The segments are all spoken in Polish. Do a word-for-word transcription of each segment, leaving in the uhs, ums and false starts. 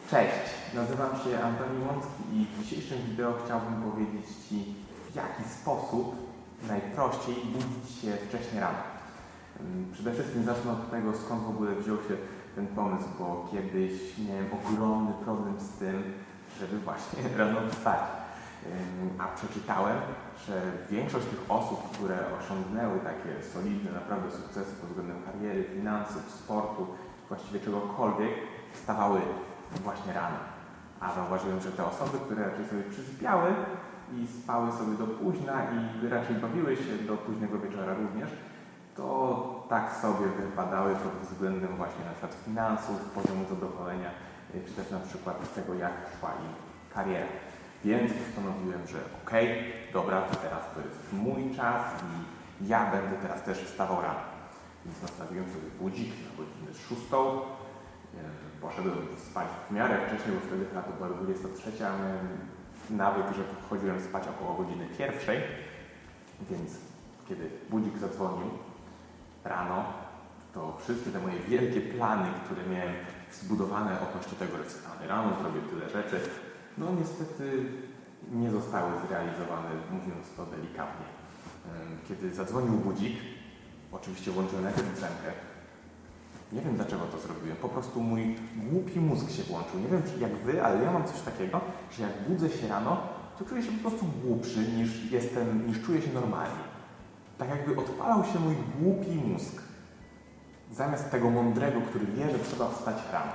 Cześć, nazywam się Antoni Łącki i w dzisiejszym wideo chciałbym powiedzieć Ci, w jaki sposób najprościej budzić się wcześnie rano. Przede wszystkim zacznę od tego, skąd w ogóle wziął się ten pomysł, bo kiedyś miałem ogromny problem z tym, żeby właśnie rano wstać. A przeczytałem, że większość tych osób, które osiągnęły takie solidne naprawdę sukcesy pod względem kariery, finansów, sportu, właściwie czegokolwiek, wstawały właśnie rano. A zauważyłem, że te osoby, które raczej sobie przysypiały i spały sobie do późna i raczej bawiły się do późnego wieczora również, to tak sobie wypadały pod względem właśnie na przykład finansów, poziomu zadowolenia, czy też na przykład tego, jak szła im kariera. Więc postanowiłem, że okej, okay, dobra, to teraz to jest mój czas i ja będę teraz też wstawał rano. Więc nastawiłem sobie budzik na godzinę szóstą. Poszedłem spać w miarę wcześniej, bo wtedy chyba to była dwudziesta trzecia, a miałem nawyk, że wchodziłem spać około godziny pierwszej. Więc kiedy budzik zadzwonił rano, to wszystkie te moje wielkie plany, które miałem zbudowane odnośnie tego, że wstanę rano, zrobię tyle rzeczy, no niestety nie zostały zrealizowane, mówiąc to delikatnie. Kiedy zadzwonił budzik, oczywiście włączyłem najpierw drzemkę. Nie wiem, dlaczego to zrobiłem. Po prostu mój głupi mózg się włączył. Nie wiem, jak wy, ale ja mam coś takiego, że jak budzę się rano, to czuję się po prostu głupszy niż jestem, niż czuję się normalnie. Tak jakby odpalał się mój głupi mózg. Zamiast tego mądrego, który wie, że trzeba wstać rano.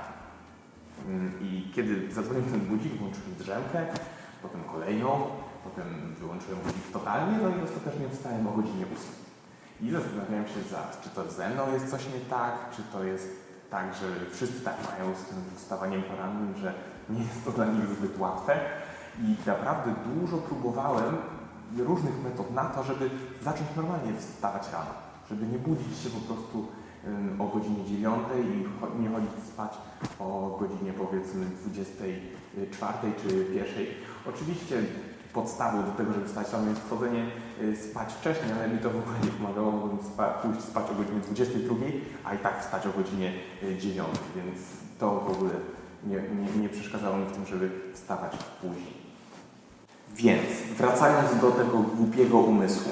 I kiedy zadzwonił ten budzik, włączyłem drzemkę, potem kolejną, potem wyłączyłem budzik totalnie, no i ostatecznie wstałem o godzinie ósmej. I zastanawiałem się zaraz, czy to ze mną jest coś nie tak, czy to jest tak, że wszyscy tak mają z tym wstawaniem porannym, że nie jest to dla nich zbyt łatwe. I naprawdę dużo próbowałem różnych metod na to, żeby zacząć normalnie wstawać rano. Żeby nie budzić się po prostu um, o godzinie dziewiątej i nie chodzić spać o godzinie powiedzmy dwudziestej czwartej czy pierwszej. Oczywiście podstawą do tego, żeby wstać rano jest wchodzenie spać wcześniej, ale mi to w ogóle nie pomagało, mogłem spa pójść spać o godzinie dwudziestej drugiej, a i tak wstać o godzinie dziewiątej, więc to w ogóle nie, nie, nie przeszkadzało mi w tym, żeby wstawać później. Więc wracając do tego głupiego umysłu.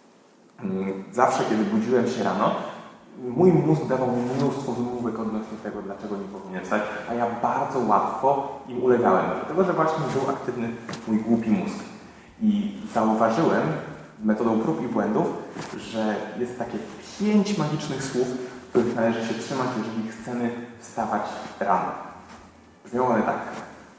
Zawsze, kiedy budziłem się rano, mój mózg dawał mi mnóstwo wymówek odnośnie tego, dlaczego nie powinienem wstać, a ja bardzo łatwo im ulegałem, dlatego że właśnie był aktywny mój głupi mózg. I zauważyłem metodą prób i błędów, że jest takie pięć magicznych słów, których należy się trzymać, jeżeli chcemy wstawać rano. Brzmią one tak.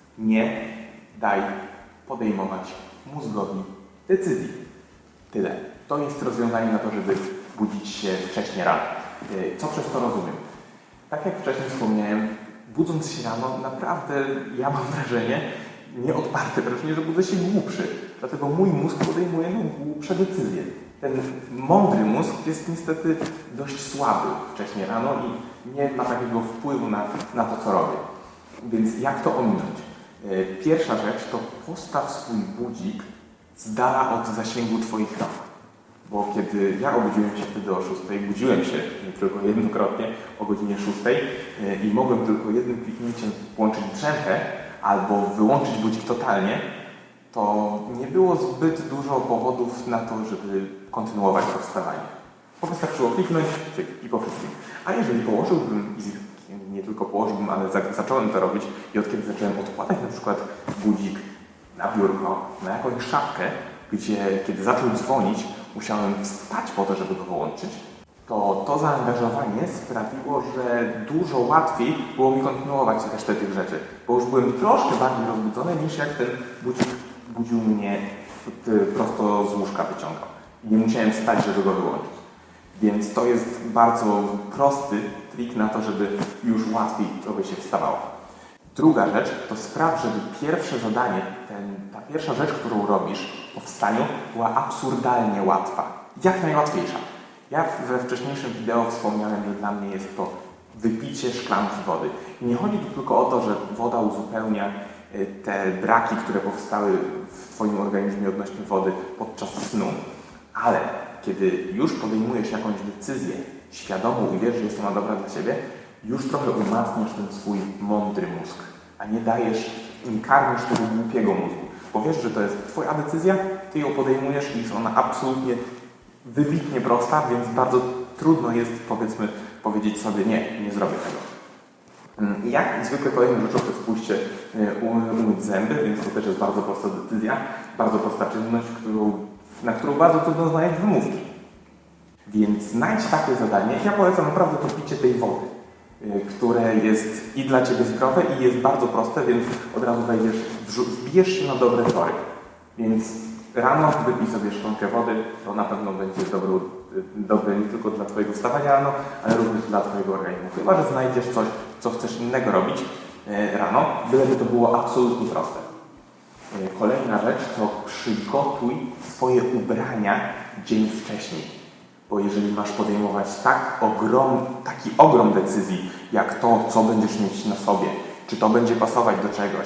Nie daj podejmować mózgowi decyzji. Tyle. To jest rozwiązanie na to, żeby budzić się wcześnie rano. Co przez to rozumiem? Tak jak wcześniej wspomniałem, budząc się rano, naprawdę ja mam wrażenie, nieodparte wrażenie, że budzę się głupszy. Dlatego mój mózg podejmuje no, głupsze decyzje. Ten mądry mózg jest niestety dość słaby wcześniej rano i nie ma takiego wpływu na, na to, co robię. Więc jak to ominąć? Pierwsza rzecz to postaw swój budzik z dala od zasięgu Twoich rąk. Bo kiedy ja obudziłem się wtedy o szóstej, budziłem się tylko jednokrotnie o godzinie szóstej i mogłem tylko jednym kliknięciem włączyć drzemkę albo wyłączyć budzik totalnie, to nie było zbyt dużo powodów na to, żeby kontynuować to wstawanie. Po prostu wystarczyło kliknąć i po wszystkim. A jeżeli położyłbym, i nie tylko położyłbym, ale zacząłem to robić i od kiedy zacząłem odkładać na przykład budzik na biurko, na jakąś szafkę, gdzie kiedy zaczął dzwonić, musiałem wstać po to, żeby go wyłączyć, to to zaangażowanie sprawiło, że dużo łatwiej było mi kontynuować resztę tych rzeczy. Bo już byłem troszkę bardziej rozbudzony, niż jak ten budzik budził mnie prosto z łóżka wyciągał. I nie musiałem wstać, żeby go wyłączyć. Więc to jest bardzo prosty trik na to, żeby już łatwiej tobie się wstawało. Druga rzecz to spraw, żeby pierwsze zadanie, ten, ta pierwsza rzecz, którą robisz po wstaniu, była absurdalnie łatwa. Jak najłatwiejsza. Ja we wcześniejszym wideo wspomniałem, że dla mnie jest to wypicie szklanki wody. I nie chodzi tu tylko o to, że woda uzupełnia te braki, które powstały w Twoim organizmie odnośnie wody podczas snu. Ale kiedy już podejmujesz jakąś decyzję świadomą i wiesz, że jest ona dobra dla Ciebie, już trochę umacniasz ten swój mądry mózg. a nie dajesz, karmisz tego głupiego mózgu. Bo wiesz, że to jest twoja decyzja, ty ją podejmujesz i jest ona absolutnie wybitnie prosta, więc bardzo trudno jest, powiedzmy, powiedzieć sobie nie, nie zrobię tego. I jak zwykle kolejną rzeczą to jest pójście umyć zęby, więc to też jest bardzo prosta decyzja, bardzo prosta czynność, którą, na którą bardzo trudno znaleźć wymówki. Więc znajdź takie zadanie. Ja polecam naprawdę to picie tej wody, które jest i dla Ciebie zdrowe i jest bardzo proste, więc od razu wejdziesz, wbijesz się na dobre tory. Więc rano wypij sobie szklankę wody, to na pewno będzie dobro, dobre nie tylko dla Twojego wstawania rano, ale również dla Twojego organizmu. Chyba że znajdziesz coś, co chcesz innego robić rano, byleby to było absolutnie proste. Kolejna rzecz to przygotuj swoje ubrania dzień wcześniej. Bo jeżeli masz podejmować tak ogrom, taki ogrom decyzji, jak to, co będziesz mieć na sobie, czy to będzie pasować do czegoś,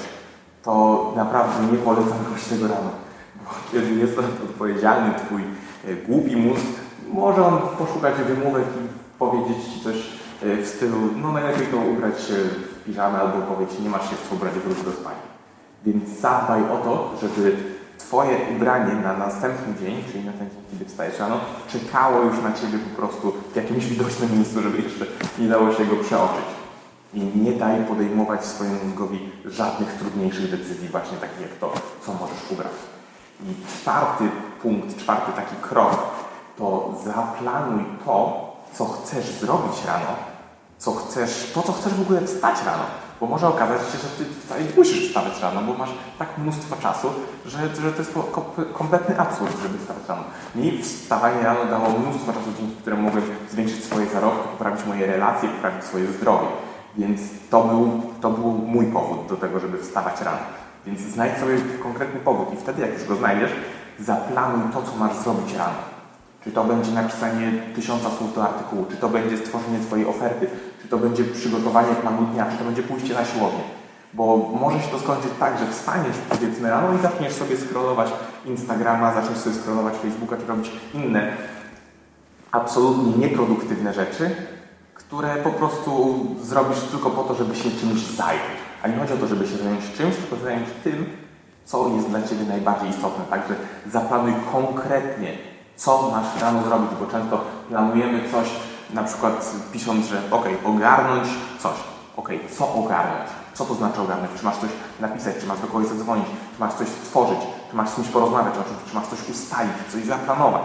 to naprawdę nie polecam robić tego rano. Bo kiedy jest to odpowiedzialny Twój głupi mózg, może on poszukać wymówek i powiedzieć Ci coś w stylu, no najlepiej to ubrać się w piżamę albo powiedzieć, nie masz się w co ubrać, wróć do spania. Więc zadbaj o to, żeby Twoje ubranie na następny dzień, czyli na ten dzień, kiedy wstajesz rano, czekało już na Ciebie po prostu w jakimś widocznym miejscu, żeby jeszcze nie dało się go przeoczyć. I nie daj podejmować swojemu mózgowi żadnych trudniejszych decyzji, właśnie takich jak to, co możesz ubrać. I czwarty punkt, czwarty taki krok, to zaplanuj to, co chcesz zrobić rano, co chcesz, po co chcesz w ogóle wstać rano. Bo może okazać się, że Ty wcale nie musisz wstawać rano, bo masz tak mnóstwo czasu, że, że to jest kompletny absurd, żeby wstawać rano. Mi wstawanie rano dało mnóstwo czasu, dzięki któremu mogłem zwiększyć swoje zarobki, poprawić moje relacje, poprawić swoje zdrowie. Więc to był, to był mój powód do tego, żeby wstawać rano. Więc znajdź sobie konkretny powód i wtedy, jak już go znajdziesz, zaplanuj to, co masz zrobić rano. Czy to będzie napisanie tysiąca słów do artykułu, czy to będzie stworzenie Twojej oferty, czy to będzie przygotowanie planu dnia, czy to będzie pójście na siłownię. Bo może się to skończyć tak, że wstaniesz powiedzmy rano i zaczniesz sobie scrollować Instagrama, zaczniesz sobie scrollować Facebooka, czy robić inne absolutnie nieproduktywne rzeczy, które po prostu zrobisz tylko po to, żeby się czymś zająć. A nie chodzi o to, żeby się zająć czymś, tylko zająć tym, co jest dla Ciebie najbardziej istotne. Także zaplanuj konkretnie, co masz rano zrobić, bo często planujemy coś, na przykład pisząc, że ok, ogarnąć coś. Ok, co ogarnąć? Co to znaczy ogarnąć? Czy masz coś napisać, czy masz do kogoś zadzwonić, czy masz coś stworzyć, czy masz z kimś porozmawiać o czymś, czy masz coś ustalić, coś zaplanować.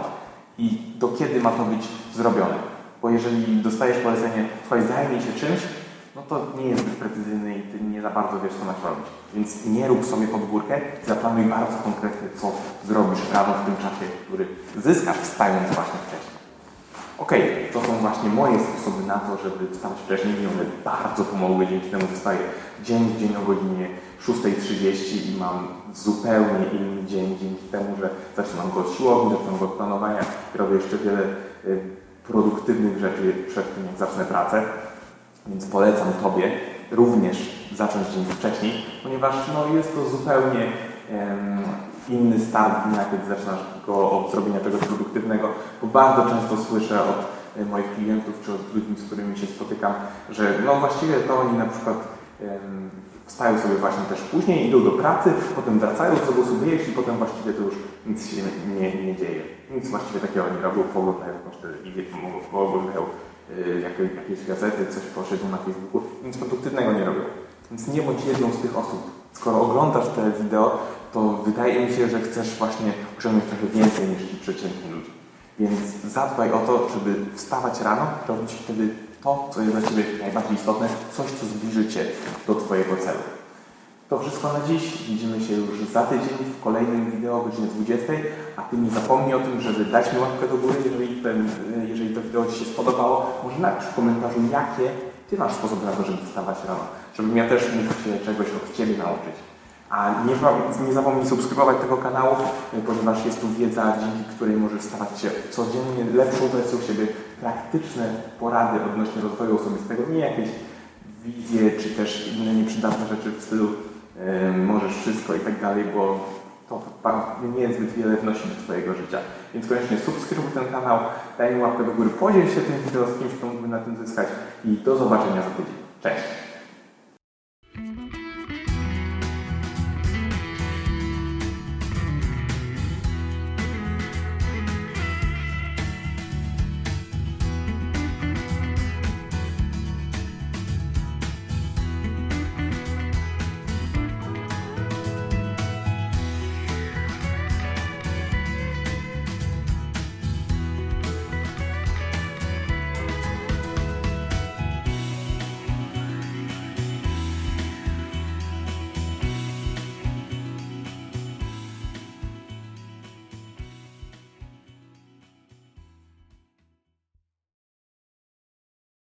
I do kiedy ma to być zrobione? Bo jeżeli dostajesz polecenie, słuchaj, zajmij się czymś, no to nie jest zbyt precyzyjny i Ty nie za bardzo wiesz, co masz robić. Więc nie rób sobie pod górkę, zaplanuj bardzo konkretnie, co zrobisz rano w tym czasie, który zyskasz wstając właśnie wcześniej. Ok, to są właśnie moje sposoby na to, żeby wstawać wcześniej i one bardzo pomogły, dzięki temu wstaję dzień w dzień o godzinie szósta trzydzieści i mam zupełnie inny dzień, dzięki temu, że zaczynam go od siłowni, zaczynam go od planowania i robię jeszcze wiele y, produktywnych rzeczy przed tym, jak zacznę pracę. Więc polecam Tobie również zacząć dzień wcześniej, ponieważ no, jest to zupełnie um, inny start dnia, kiedy zaczynasz go od zrobienia czegoś produktywnego, bo bardzo często słyszę od moich klientów czy od ludzi, z którymi się spotykam, że no właściwie to oni na przykład um, wstają sobie właśnie też później, idą do pracy, potem wracają, chcą sobie jeść i potem właściwie to już nic się nie, nie dzieje. Nic właściwie takiego nie robią, pooglądają jakąś telewizję, pooglądają jakieś, jakieś gazety, coś poszedł na Facebooku, nic produktywnego nie robią. Więc nie bądź jedną z tych osób. Skoro oglądasz te wideo, to wydaje mi się, że chcesz właśnie osiągnąć trochę więcej niż ci przeciętni ludzie. Więc zadbaj o to, żeby wstawać rano, robić wtedy to, co jest dla Ciebie najbardziej istotne, coś, co zbliży Cię do Twojego celu. To wszystko na dziś. Widzimy się już za tydzień w kolejnym wideo o godzinie dwudziestej, a Ty nie zapomnij o tym, żeby dać mi łapkę do góry, jeżeli, ten, jeżeli to wideo Ci się spodobało. Może napisz w komentarzu, jakie Ty masz sposoby na to, żeby wstawać rano, żebym ja też mógł się czegoś od Ciebie nauczyć. A nie, nie zapomnij subskrybować tego kanału, ponieważ jest tu wiedza, dzięki której możesz stawać się codziennie lepszą wersją siebie, praktyczne porady odnośnie rozwoju osobistego, nie jakieś wizje, czy też inne nieprzydatne rzeczy w stylu yy, możesz wszystko i tak dalej, bo to nie zbyt wiele wnosi do Twojego życia. Więc koniecznie subskrybuj ten kanał, daj mi łapkę do góry, podziel się tym wideo z kimś, kto mógłby na tym zyskać i do zobaczenia za tydzień. Cześć!